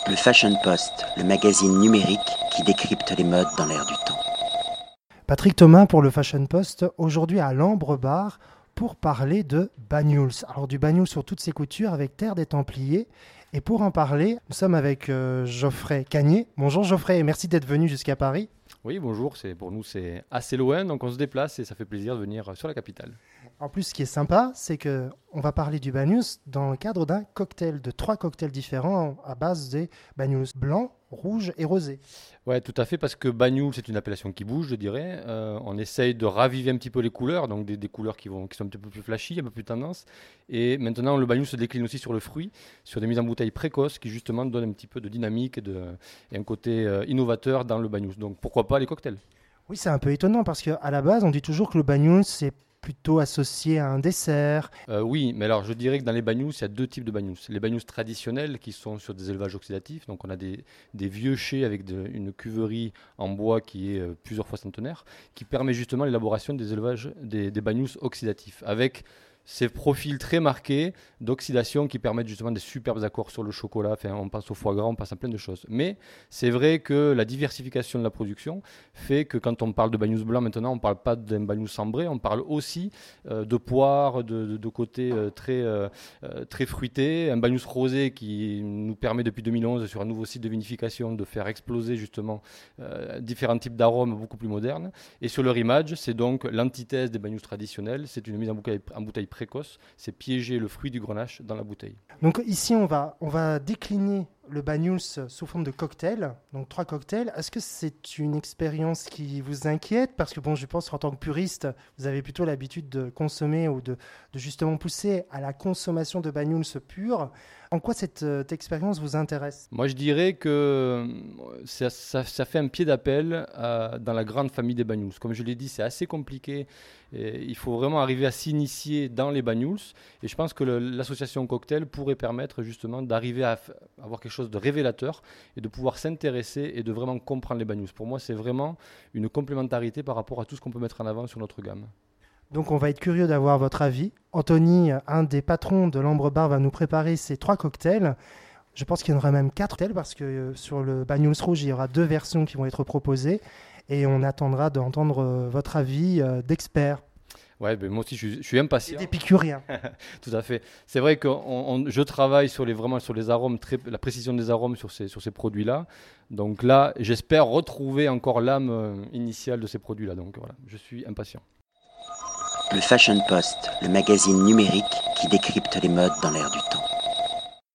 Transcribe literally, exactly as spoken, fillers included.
Le Fashion Post, le magazine numérique qui décrypte les modes dans l'air du temps. Patrick Thomas pour le Fashion Post, aujourd'hui à l'Ambre Bar pour parler de Banyuls. Alors du Banyuls sur toutes ses coutures avec Terre des Templiers. Et pour en parler, nous sommes avec euh, Geoffrey Cagné. Bonjour Geoffrey et merci d'être venu jusqu'à Paris. Oui, bonjour. C'est, pour nous, c'est assez loin, donc on se déplace et ça fait plaisir de venir sur la capitale. En plus, ce qui est sympa, c'est qu'on va parler du Banyuls dans le cadre d'un cocktail, de trois cocktails différents à base des Banyuls blancs, rouges et rosés. Ouais, tout à fait, parce que Banyuls, c'est une appellation qui bouge, je dirais. Euh, on essaye de raviver un petit peu les couleurs, donc des, des couleurs qui, vont, qui sont un petit peu plus flashy, un peu plus tendance. Et maintenant, le Banyuls se décline aussi sur le fruit, sur des mises en bouteille précoces qui justement donnent un petit peu de dynamique et, de, et un côté euh, innovateur dans le Banyuls. Donc pourquoi pas les cocktails ? Oui, c'est un peu étonnant parce qu'à la base, on dit toujours que le Banyuls, c'est plutôt associé à un dessert. Euh, oui, mais alors je dirais que dans les Banyuls, il y a deux types de Banyuls. Les Banyuls traditionnels qui sont sur des élevages oxydatifs. Donc on a des, des vieux chais avec de, une cuverie en bois qui est euh, plusieurs fois centenaire, qui permet justement l'élaboration des élevages des, des Banyuls oxydatifs avec ces profils très marqués d'oxydation qui permettent justement des superbes accords sur le chocolat. Enfin, on pense au foie gras, on pense à plein de choses. Mais c'est vrai que la diversification de la production fait que quand on parle de Banyuls blanc maintenant, on ne parle pas d'un Banyuls ambré, on parle aussi euh, de poire, de, de, de côté euh, très, euh, très fruité. Un Banyuls rosé qui nous permet depuis deux mille onze sur un nouveau site de vinification de faire exploser justement euh, différents types d'arômes beaucoup plus modernes. Et sur le Rimage, c'est donc l'antithèse des Banyuls traditionnels. C'est une mise en bouteille, en bouteille précoce, c'est piéger le fruit du grenache dans la bouteille. Donc ici, on va, on va décliner le Banyuls sous forme de cocktail, donc trois cocktails. Est-ce que c'est une expérience qui vous inquiète ? Parce que bon, je pense qu'en tant que puriste, vous avez plutôt l'habitude de consommer ou de, de justement pousser à la consommation de Banyuls pur. En quoi cette, cette expérience vous intéresse ? Moi, je dirais que ça, ça, ça fait un pied d'appel à, dans la grande famille des Banyuls. Comme je l'ai dit, c'est assez compliqué. Et il faut vraiment arriver à s'initier dans les Banyuls. Et je pense que le, l'association cocktail pourrait permettre justement d'arriver à f- avoir quelque chose de révélateur et de pouvoir s'intéresser et de vraiment comprendre les Banyuls. Pour moi, c'est vraiment une complémentarité par rapport à tout ce qu'on peut mettre en avant sur notre gamme. Donc on va être curieux d'avoir votre avis. Anthony, un des patrons de l'Ambre Bar, va nous préparer ces trois cocktails. Je pense qu'il y en aura même quatre cocktails parce que euh, sur le Banyuls rouge, il y aura deux versions qui vont être proposées et on attendra d'entendre euh, votre avis euh, d'expert. Ouais, ben moi aussi, je, je suis impatient. D'épicurien. Tout à fait. C'est vrai que on, on, je travaille sur les, vraiment sur les arômes, très, la précision des arômes sur ces, sur ces produits-là. Donc là, j'espère retrouver encore l'âme euh, initiale de ces produits-là. Donc voilà, je suis impatient. Le Fashion Post, le magazine numérique qui décrypte les modes dans l'air du temps.